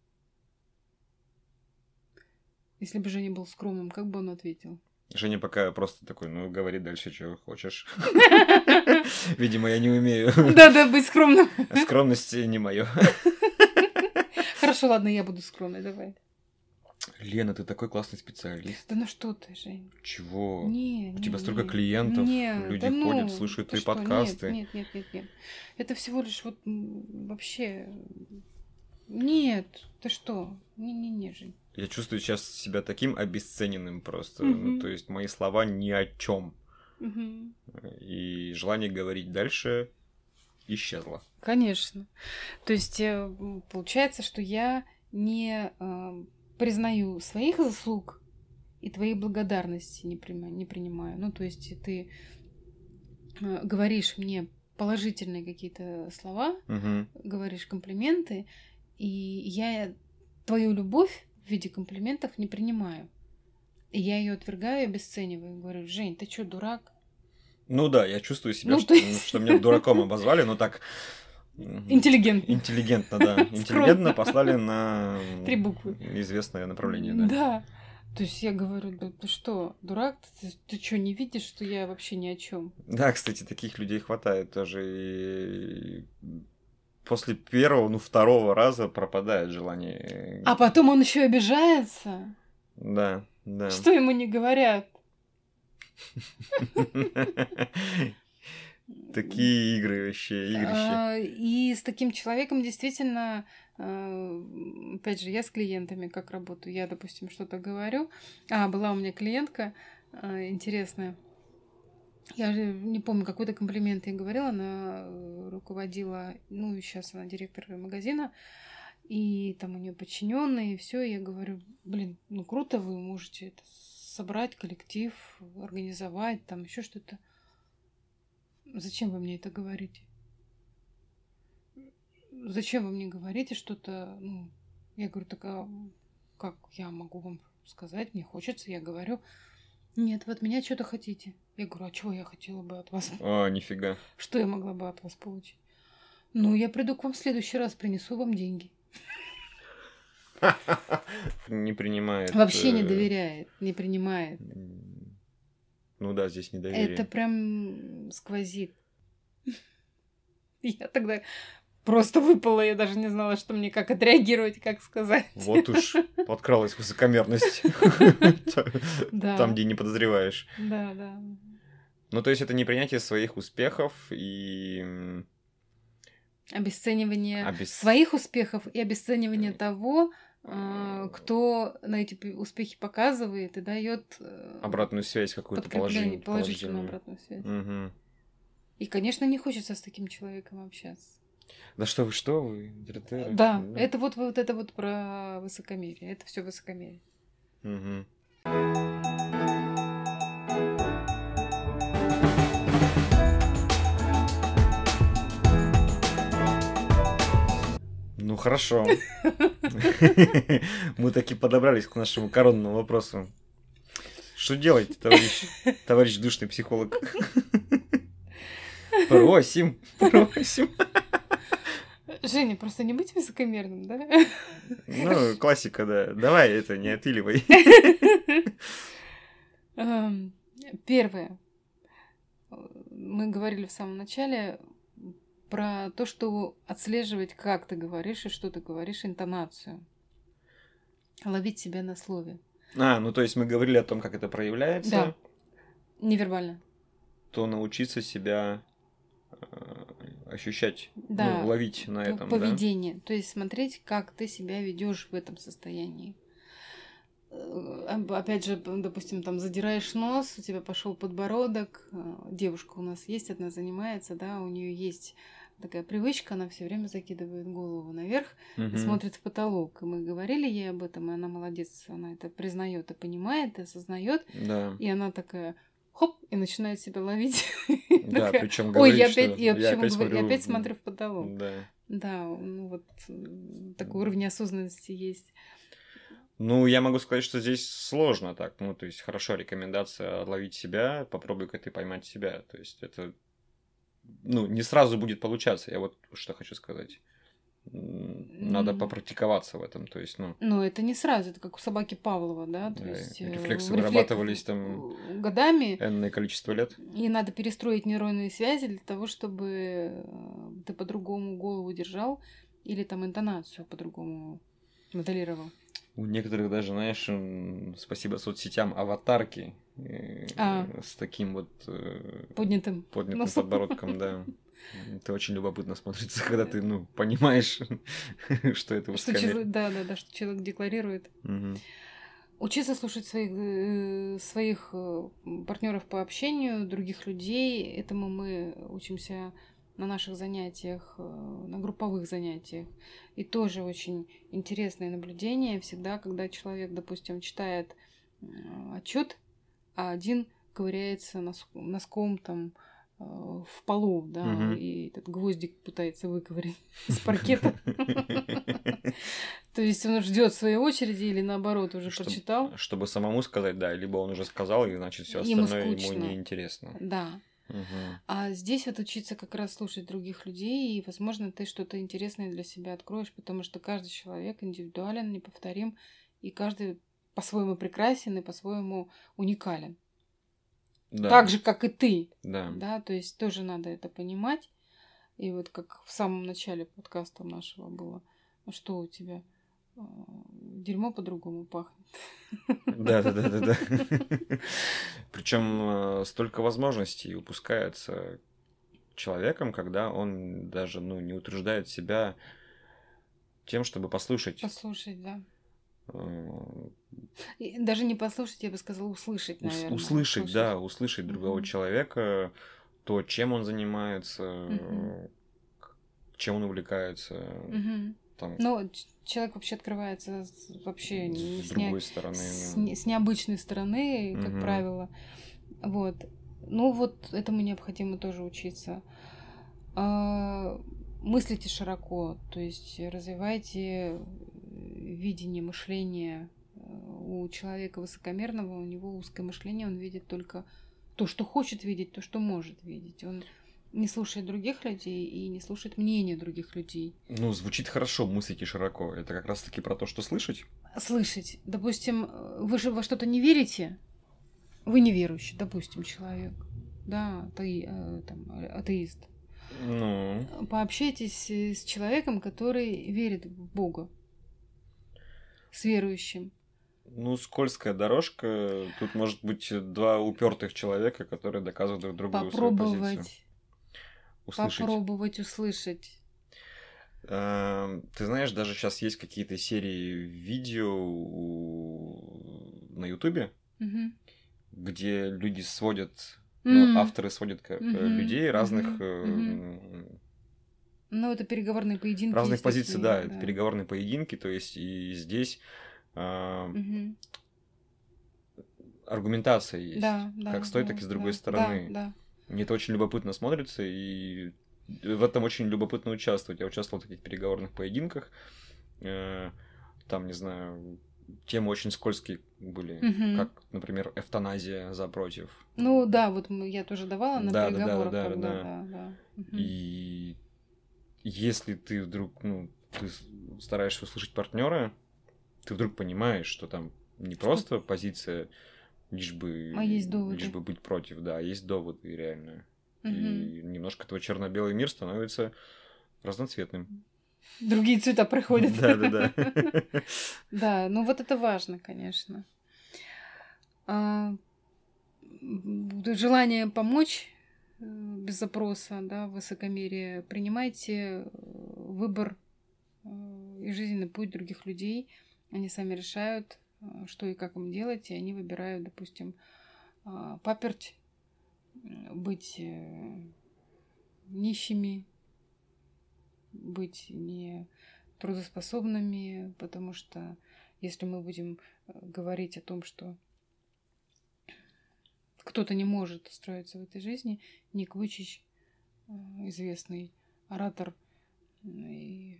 Speaker 3: Если бы Женя был скромным, как бы он ответил?
Speaker 4: Женя пока просто такой, ну, говори дальше, что хочешь. Видимо, я не умею.
Speaker 3: Да, быть скромным.
Speaker 4: Скромность не моё.
Speaker 3: Хорошо, ладно, я буду скромной, давай.
Speaker 4: Лена, ты такой классный специалист.
Speaker 3: Да ну что ты, Жень?
Speaker 4: Чего?
Speaker 3: Не,
Speaker 4: У тебя столько клиентов, люди ходят, слушают твои подкасты.
Speaker 3: Нет. Это всего лишь вот вообще... Нет, ты что? Не, Жень.
Speaker 4: Я чувствую сейчас себя таким обесцененным просто. Ну, то есть мои слова ни о чем. И желание говорить дальше исчезло.
Speaker 3: Конечно. То есть получается, что я не признаю своих заслуг и твоей благодарности не принимаю. Ну, то есть ты говоришь мне положительные какие-то слова, говоришь комплименты, и я твою любовь в виде комплиментов не принимаю. И я ее отвергаю и обесцениваю. Говорю: Жень, ты что, дурак?
Speaker 4: Ну да, я чувствую себя, что меня дураком обозвали, но так...
Speaker 3: Интеллигентно.
Speaker 4: Интеллигентно, да. Интеллигентно послали на
Speaker 3: 3 буквы.
Speaker 4: Известное направление, да.
Speaker 3: Да. То есть я говорю: да ты что, дурак? Ты что, не видишь, что я вообще ни о чем?
Speaker 4: Да, кстати, таких людей хватает тоже. И после первого, второго раза пропадает желание.
Speaker 3: А потом он еще обижается.
Speaker 4: Да.
Speaker 3: Что ему не говорят?
Speaker 4: Такие игры вообще, игрища.
Speaker 3: И с таким человеком действительно, опять же, я с клиентами как работаю. Я, допустим, что-то говорю. Была у меня клиентка интересная. Я же не помню, какой-то комплимент я говорила. Она руководила, сейчас она директор магазина. И там у нее подчиненные, и все. Я говорю: блин, круто, вы можете это собрать коллектив, организовать, там еще что-то. Зачем вы мне это говорите? Зачем вы мне говорите что-то? Я говорю: так как я могу вам сказать? Мне хочется, я говорю. Нет, вы от меня что-то хотите. Я говорю: а чего я хотела бы от вас?
Speaker 4: Нифига.
Speaker 3: Что я могла бы от вас получить? Я приду к вам в следующий раз, принесу вам деньги.
Speaker 4: Не принимает.
Speaker 3: Вообще не доверяет, не принимает.
Speaker 4: Ну да, здесь недоверие.
Speaker 3: Это прям сквозит. Я тогда просто выпала, я даже не знала, что мне, как отреагировать, как сказать.
Speaker 4: Вот уж подкралась высокомерность. Там, где не подозреваешь.
Speaker 3: Да.
Speaker 4: То есть это непринятие своих успехов и...
Speaker 3: Обесценивание своих успехов и обесценивание того, кто на эти успехи показывает и дает
Speaker 4: обратную связь какую-то
Speaker 3: положительную обратную связь.
Speaker 4: Угу.
Speaker 3: И, конечно, не хочется с таким человеком общаться.
Speaker 4: Да что вы, Дретеры.
Speaker 3: Да, это вот это вот про высокомерие. Это все высокомерие.
Speaker 4: Угу. Ну хорошо. Мы таки подобрались к нашему коронному вопросу. Что делать, товарищ душный психолог? Просим.
Speaker 3: Женя, просто не быть высокомерным, да?
Speaker 4: Ну, классика, да. Давай это, не отыливай.
Speaker 3: Первое. Мы говорили в самом начале про то, что отслеживать, как ты говоришь и что ты говоришь, интонацию. Ловить себя на слове.
Speaker 4: Ну то есть мы говорили о том, как это проявляется.
Speaker 3: Да. Невербально.
Speaker 4: То научиться себя ощущать,
Speaker 3: да.
Speaker 4: Ловить на этом.
Speaker 3: Поведение. Да? То есть смотреть, как ты себя ведешь в этом состоянии. Опять же, допустим, там задираешь нос, у тебя пошел подбородок. Девушка у нас есть, одна занимается, да, у нее есть такая привычка, она все время закидывает голову наверх и смотрит в потолок. И мы говорили ей об этом, и она молодец, она это признает и понимает, и осознает.
Speaker 4: Да.
Speaker 3: И она такая хоп, и начинает себя ловить.
Speaker 4: Да, причем говорит,
Speaker 3: я опять смотрю в потолок.
Speaker 4: Да.
Speaker 3: Да, ну вот такой уровень осознанности есть.
Speaker 4: Ну, я могу сказать, что здесь сложно так. Ну, то есть, хорошо, рекомендация ловить себя, попробуй-ка ты поймать себя. То есть, это, не сразу будет получаться. Я вот что хочу сказать. Надо попрактиковаться в этом. То есть,
Speaker 3: Ну, это не сразу, это как у собаки Павлова, да? То есть,
Speaker 4: рефлексы вырабатывались там
Speaker 3: годами.
Speaker 4: Энное количество лет.
Speaker 3: И надо перестроить нейронные связи для того, чтобы ты по-другому голову держал или там интонацию по-другому моделировал.
Speaker 4: У некоторых даже, знаешь, спасибо соцсетям, аватарки с таким вот
Speaker 3: поднятым
Speaker 4: подбородком, да. Это очень любопытно смотрится, когда ты, понимаешь, что это высокомерие.
Speaker 3: Да, что человек декларирует.
Speaker 4: Угу.
Speaker 3: Учиться слушать своих партнеров по общению, других людей. Этому мы учимся на наших занятиях, на групповых занятиях. И тоже очень интересное наблюдение всегда, когда человек, допустим, читает отчет, а один ковыряется носком там в полу, да, и этот гвоздик пытается выковырять из паркета. То есть он ждет своей очереди или наоборот уже прочитал.
Speaker 4: Чтобы самому сказать, да, либо он уже сказал, и значит все остальное ему неинтересно.
Speaker 3: Да. А здесь вот учиться как раз слушать других людей, и, возможно, ты что-то интересное для себя откроешь, потому что каждый человек индивидуален, неповторим, и каждый по-своему прекрасен и по-своему уникален.
Speaker 4: Да.
Speaker 3: Так же, как и ты.
Speaker 4: Да.
Speaker 3: То есть тоже надо это понимать. И вот как в самом начале подкаста нашего было, что у тебя дерьмо по-другому пахнет.
Speaker 4: Да. Причем столько возможностей упускается человеком, когда он даже не утруждает себя тем, чтобы послушать.
Speaker 3: Послушать, да. Даже не послушать, я бы сказала, услышать, наверное.
Speaker 4: Услышать другого человека, то, чем он занимается, чем он увлекается.
Speaker 3: Но человек вообще открывается вообще
Speaker 4: с другой стороны.
Speaker 3: С необычной стороны, как правило. Вот. Этому необходимо тоже учиться. Мыслите широко, то есть развивайте видение, мышление. У человека высокомерного, у него узкое мышление, он видит только то, что хочет видеть, то, что может видеть. Он не слушает других людей и не слушает мнения других людей.
Speaker 4: Звучит хорошо, мыслите широко. Это как раз-таки про то, что слышать?
Speaker 3: Слышать. Допустим, вы же во что-то не верите, вы неверующий, допустим, человек. Да, ты атеист. Пообщайтесь с человеком, который верит в Бога. С верующим.
Speaker 4: Скользкая дорожка. Тут может быть два упертых человека, которые доказывают друг другу свою позицию.
Speaker 3: Попробовать услышать.
Speaker 4: Ты знаешь, даже сейчас есть какие-то серии видео на Ютубе, где люди сводят, авторы сводят людей разных...
Speaker 3: Ну, это переговорные поединки.
Speaker 4: Разных позиций, да, это переговорные поединки, то есть и здесь аргументация есть, как с той, так и с другой стороны.
Speaker 3: Да.
Speaker 4: Мне это очень любопытно смотрится, и в этом очень любопытно участвовать. Я участвовал в таких переговорных поединках, там, не знаю, темы очень скользкие были, как, например, эвтаназия за против.
Speaker 3: Ну да, вот я тоже давала на переговорах.
Speaker 4: Да. И если ты вдруг, ты стараешься услышать партнера, ты вдруг понимаешь, что там не просто позиция, лишь бы быть против, да, есть доводы реально. И немножко твой черно-белый мир становится разноцветным.
Speaker 3: Другие цвета приходят.
Speaker 4: Да.
Speaker 3: Да, ну вот это важно, конечно. Желание помочь без запроса, да, высокомерие. Принимайте выбор и жизненный путь других людей. Они сами решают, что и как им делать, и они выбирают, допустим, паперть, быть нищими, быть не трудоспособными, потому что если мы будем говорить о том, что кто-то не может устроиться в этой жизни, Ник Вуйчич, известный оратор, и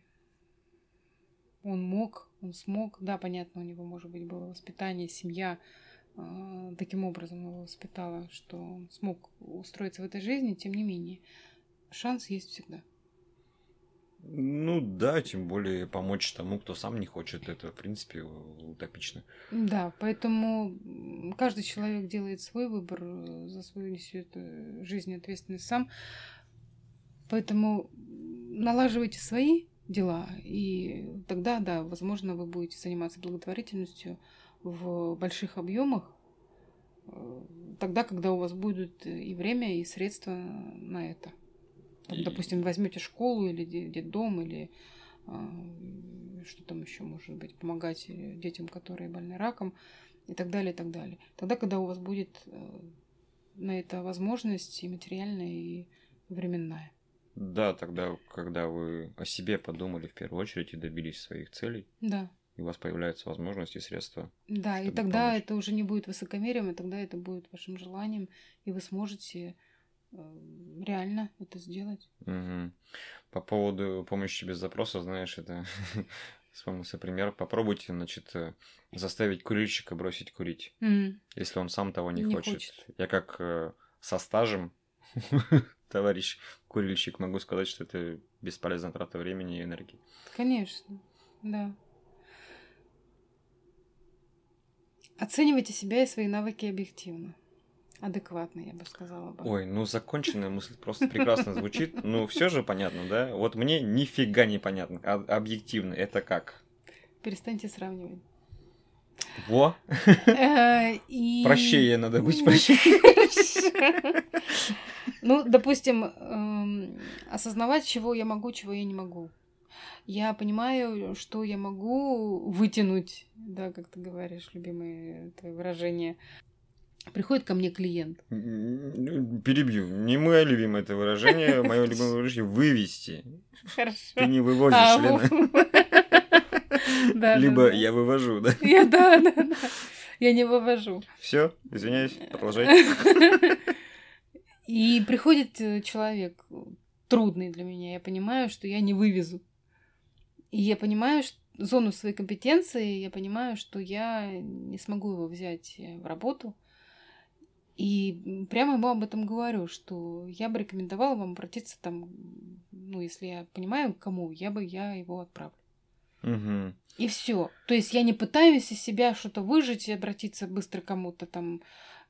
Speaker 3: он смог, да, понятно, у него, может быть, было воспитание, семья таким образом его воспитала, что он смог устроиться в этой жизни, тем не менее, шанс есть всегда.
Speaker 4: Ну да, тем более помочь тому, кто сам не хочет, это, в принципе, утопично.
Speaker 3: Да, поэтому каждый человек делает свой выбор, за свою несет жизнь ответственность сам. Поэтому налаживайте свои дела, и тогда, да, возможно, вы будете заниматься благотворительностью в больших объемах, тогда, когда у вас будет и время, и средства на это. Допустим, возьмете школу или детдом, или что там еще может быть, помогать детям, которые больны раком, и так далее, и так далее. Тогда, когда у вас будет на это возможность и материальная, и временная.
Speaker 4: Да, тогда, когда вы о себе подумали в первую очередь и добились своих целей.
Speaker 3: Да.
Speaker 4: И у вас появляются возможности и средства.
Speaker 3: Да, и тогда это уже не будет высокомерием, и тогда это будет вашим желанием, и вы сможете реально это сделать.
Speaker 4: Угу. По поводу помощи без запроса, знаешь, это вспомнился пример. Попробуйте, значит, заставить курильщика бросить курить, если он сам того не хочет. Я как со стажем товарищ курильщик могу сказать, что это бесполезная трата времени и энергии.
Speaker 3: Конечно, да. Оценивайте себя и свои навыки объективно. Адекватно, я бы сказала.
Speaker 4: Ой, ну законченная мысль просто прекрасно звучит. Ну, все же понятно, да? Вот мне нифига не понятно. А объективно это как?
Speaker 3: Перестаньте сравнивать.
Speaker 4: Во! Прощее надо быть, прощее.
Speaker 3: Ну, допустим, осознавать, чего я могу, чего я не могу. Я понимаю, что я могу вытянуть, да, как ты говоришь, любимое твое выражение. Приходит ко мне клиент.
Speaker 4: Перебью. Не мое любимое это выражение, мое любимое выражение вывести.
Speaker 3: Хорошо.
Speaker 4: Ты не вывозишь, Лена. Либо я вывожу, да?
Speaker 3: Да. Я не вывожу.
Speaker 4: Все, извиняюсь, продолжайте.
Speaker 3: И приходит человек трудный для меня. Я понимаю, что я не вывезу. И я понимаю зону своей компетенции, я понимаю, что я не смогу его взять в работу. И прямо ему об этом говорю, что я бы рекомендовала вам обратиться там, ну, если я понимаю, к кому, я его отправлю.
Speaker 4: Угу.
Speaker 3: И все. То есть я не пытаюсь из себя что-то выжать и обратиться быстро к кому-то там,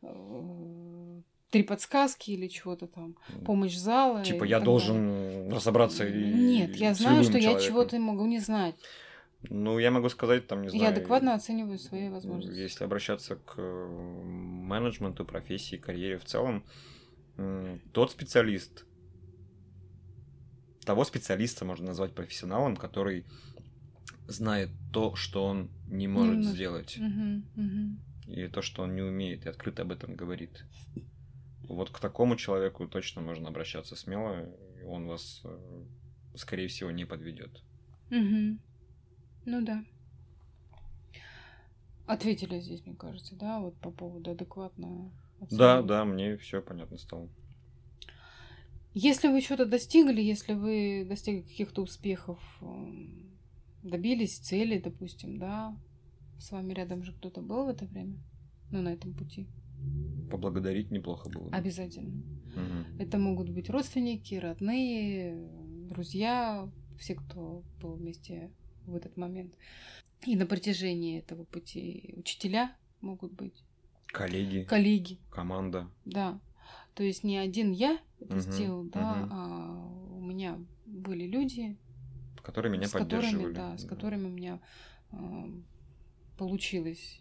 Speaker 3: 3 подсказки или чего-то там, помощь зала.
Speaker 4: Типа я должен разобраться и
Speaker 3: Нет, я знаю, что я чего-то могу не знать.
Speaker 4: Ну, я могу сказать, там, не знаю...
Speaker 3: Я адекватно оцениваю свои возможности.
Speaker 4: Если обращаться к менеджменту, профессии, карьере в целом, тот специалист, того специалиста можно назвать профессионалом, который знает то, что он не может сделать. И то, что он не умеет, и открыто об этом говорит. Вот к такому человеку точно можно обращаться смело, и он вас, скорее всего, не подведет.
Speaker 3: Ну да. Ответили здесь, мне кажется, да, вот по поводу адекватного оценки.
Speaker 4: Да, мне все понятно стало.
Speaker 3: Если вы что-то достигли, если вы достигли каких-то успехов, добились цели, допустим, да, с вами рядом же кто-то был в это время, ну, на этом пути.
Speaker 4: Поблагодарить неплохо было.
Speaker 3: Обязательно.
Speaker 4: Угу.
Speaker 3: Это могут быть родственники, родные, друзья, все, кто был вместе в этот момент. И на протяжении этого пути учителя могут быть.
Speaker 4: Коллеги. Команда.
Speaker 3: Да. То есть не один я это сделал, да, а у меня были люди,
Speaker 4: которые меня поддерживали.
Speaker 3: С которыми у меня получилось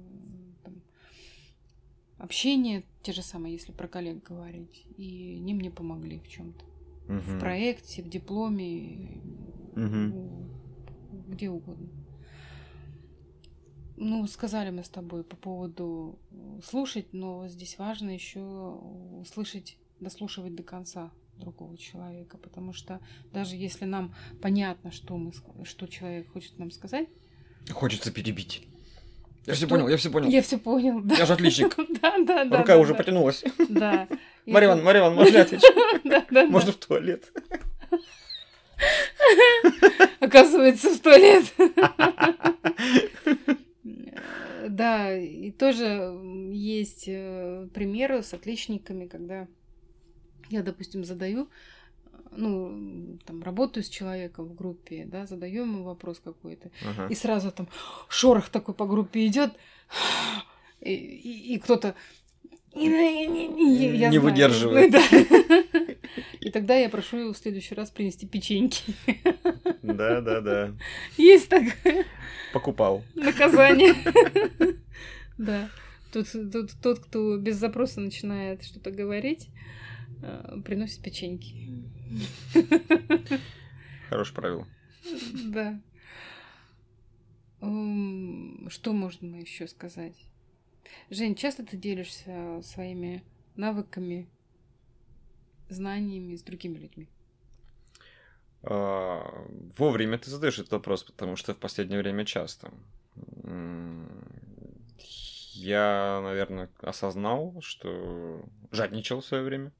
Speaker 3: общение, те же самые, если про коллег говорить, и они мне помогли в чем-то. В проекте, в дипломе, где угодно. Ну, сказали мы с тобой по поводу слушать, но здесь важно еще услышать, дослушивать до конца другого человека, потому что даже если нам понятно, что человек хочет нам сказать...
Speaker 4: Хочется перебить. Я все понял.
Speaker 3: Я все понял, да.
Speaker 4: Я же отличник.
Speaker 3: Да.
Speaker 4: Рука уже потянулась.
Speaker 3: Да.
Speaker 4: Марья Ивановна, можно ответить? Можно в туалет.
Speaker 3: Оказывается, в туалет. Да, и тоже есть примеры с отличниками, когда я, допустим, задаю, ну, там, работаю с человеком в группе, да, задаю ему вопрос какой-то, и сразу там шорох такой по группе идет, и кто-то
Speaker 4: не выдерживает.
Speaker 3: Да. И тогда я прошу его в следующий раз принести печеньки.
Speaker 4: Да.
Speaker 3: Есть такое.
Speaker 4: Покупал.
Speaker 3: Наказание. Да. Тут тот, кто без запроса начинает что-то говорить, приносит печеньки.
Speaker 4: Хорошее правило.
Speaker 3: Да. Что можно еще сказать? Жень, часто ты делишься своими навыками, знаниями с другими людьми?
Speaker 4: Вовремя ты задаешь этот вопрос, потому что в последнее время часто. Я, наверное, осознал, что жадничал в свое время.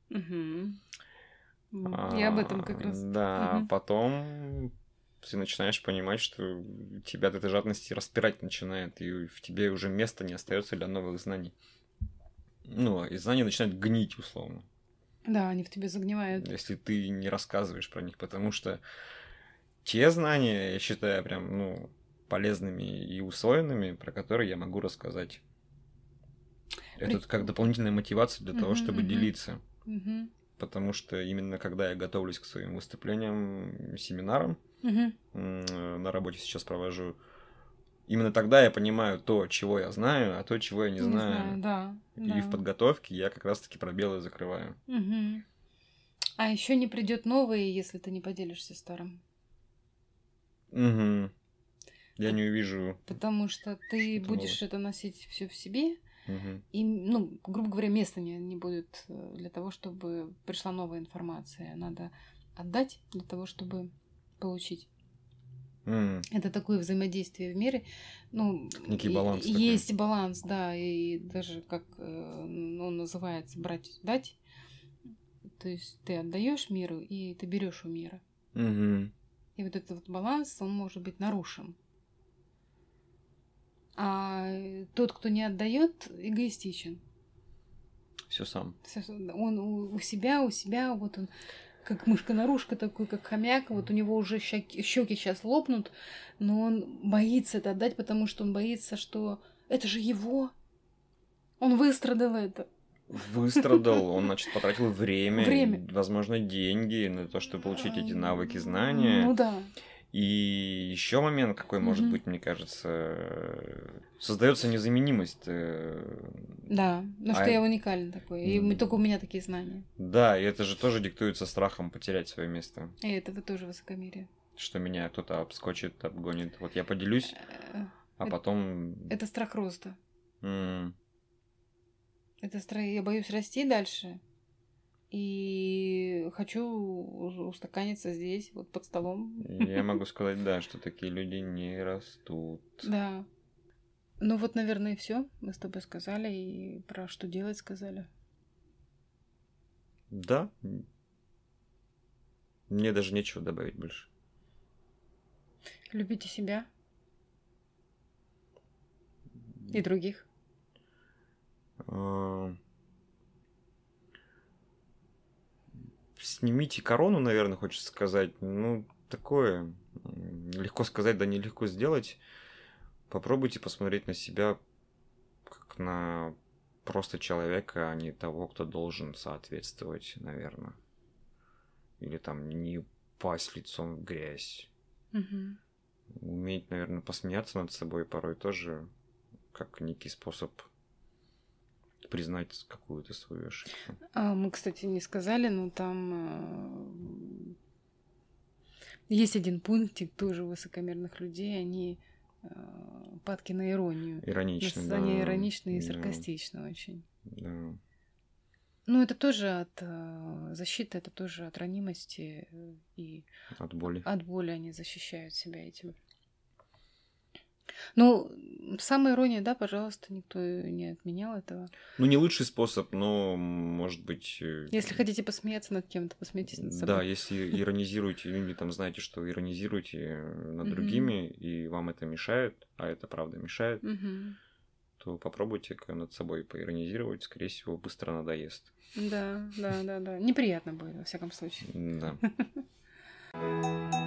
Speaker 3: Я об этом как раз.
Speaker 4: Да, потом ты начинаешь понимать, что тебя от этой жадности распирать начинает, и в тебе уже места не остается для новых знаний. Ну, и знания начинают гнить, условно.
Speaker 3: Да, они в тебе загнивают.
Speaker 4: Если ты не рассказываешь про них, потому что те знания, я считаю, прям, полезными и усвоенными, про которые я могу рассказать. Это как дополнительная мотивация для того, чтобы делиться. Потому что именно когда я готовлюсь к своим выступлениям, семинарам, на работе сейчас провожу, именно тогда я понимаю то, чего я знаю, а то, чего я не знаю.
Speaker 3: Да.
Speaker 4: И в подготовке я как раз-таки пробелы закрываю.
Speaker 3: А еще не придет новое, если ты не поделишься старым.
Speaker 4: Я не увижу.
Speaker 3: Потому что ты будешь это носить все в себе. И, грубо говоря, места не будет для того, чтобы пришла новая информация. Надо отдать для того, чтобы получить. Это такое взаимодействие в мире.
Speaker 4: Некий баланс.
Speaker 3: Есть такой баланс, да. И даже как он называется брать-дать. То есть ты отдаешь миру, и ты берешь у мира. И вот этот баланс, он может быть нарушен. А тот, кто не отдает, эгоистичен.
Speaker 4: Все сам.
Speaker 3: Он у себя, вот он как мышка-нарушка такой, как хомяк, вот у него уже щеки сейчас лопнут, но он боится это отдать, потому что он боится, что это же его. Он выстрадал это.
Speaker 4: Он, значит, потратил время, возможно, деньги на то, чтобы получить эти навыки, знания.
Speaker 3: Ну да.
Speaker 4: И еще момент какой может быть, мне кажется, создается незаменимость.
Speaker 3: Да, но что я уникален такой, и только у меня такие знания.
Speaker 4: Да, и это же тоже диктуется страхом потерять свое место.
Speaker 3: И это тоже высокомерие.
Speaker 4: Что меня кто-то обскочит, обгонит. Вот я поделюсь, а потом...
Speaker 3: Это страх роста. Это страх... Я боюсь расти дальше. И хочу устаканиться здесь, вот под столом.
Speaker 4: Я могу сказать, да, что такие люди не растут.
Speaker 3: Да. Ну вот, наверное, и все. Мы с тобой сказали, и про что делать сказали.
Speaker 4: Да. Мне даже нечего добавить больше.
Speaker 3: Любите себя. И других.
Speaker 4: Снимите корону, наверное, хочется сказать. Ну, такое. Легко сказать, да нелегко сделать. Попробуйте посмотреть на себя как на просто человека, а не того, кто должен соответствовать, наверное. Или там не пасть лицом в грязь. Уметь, наверное, посмеяться над собой порой тоже как некий способ признать какую-то свою ошибку.
Speaker 3: Мы, кстати, не сказали, но там есть один пунктик тоже высокомерных людей, они падки на иронию.
Speaker 4: Иронично, да.
Speaker 3: Они ироничны и саркастичны очень.
Speaker 4: Да.
Speaker 3: Ну, это тоже от защиты, это тоже от ранимости и
Speaker 4: от боли.
Speaker 3: От боли они защищают себя этим. Ну, самоирония, да, пожалуйста, никто не отменял этого.
Speaker 4: Ну, не лучший способ, но, может быть...
Speaker 3: Если хотите посмеяться над кем-то, посмейтесь над собой.
Speaker 4: Да, если иронизируете, или там знаете, что иронизируете над другими, и вам это мешает, а это правда мешает, то попробуйте над собой поиронизировать, скорее всего, быстро надоест.
Speaker 3: Да. Неприятно будет, во всяком случае.
Speaker 4: Да.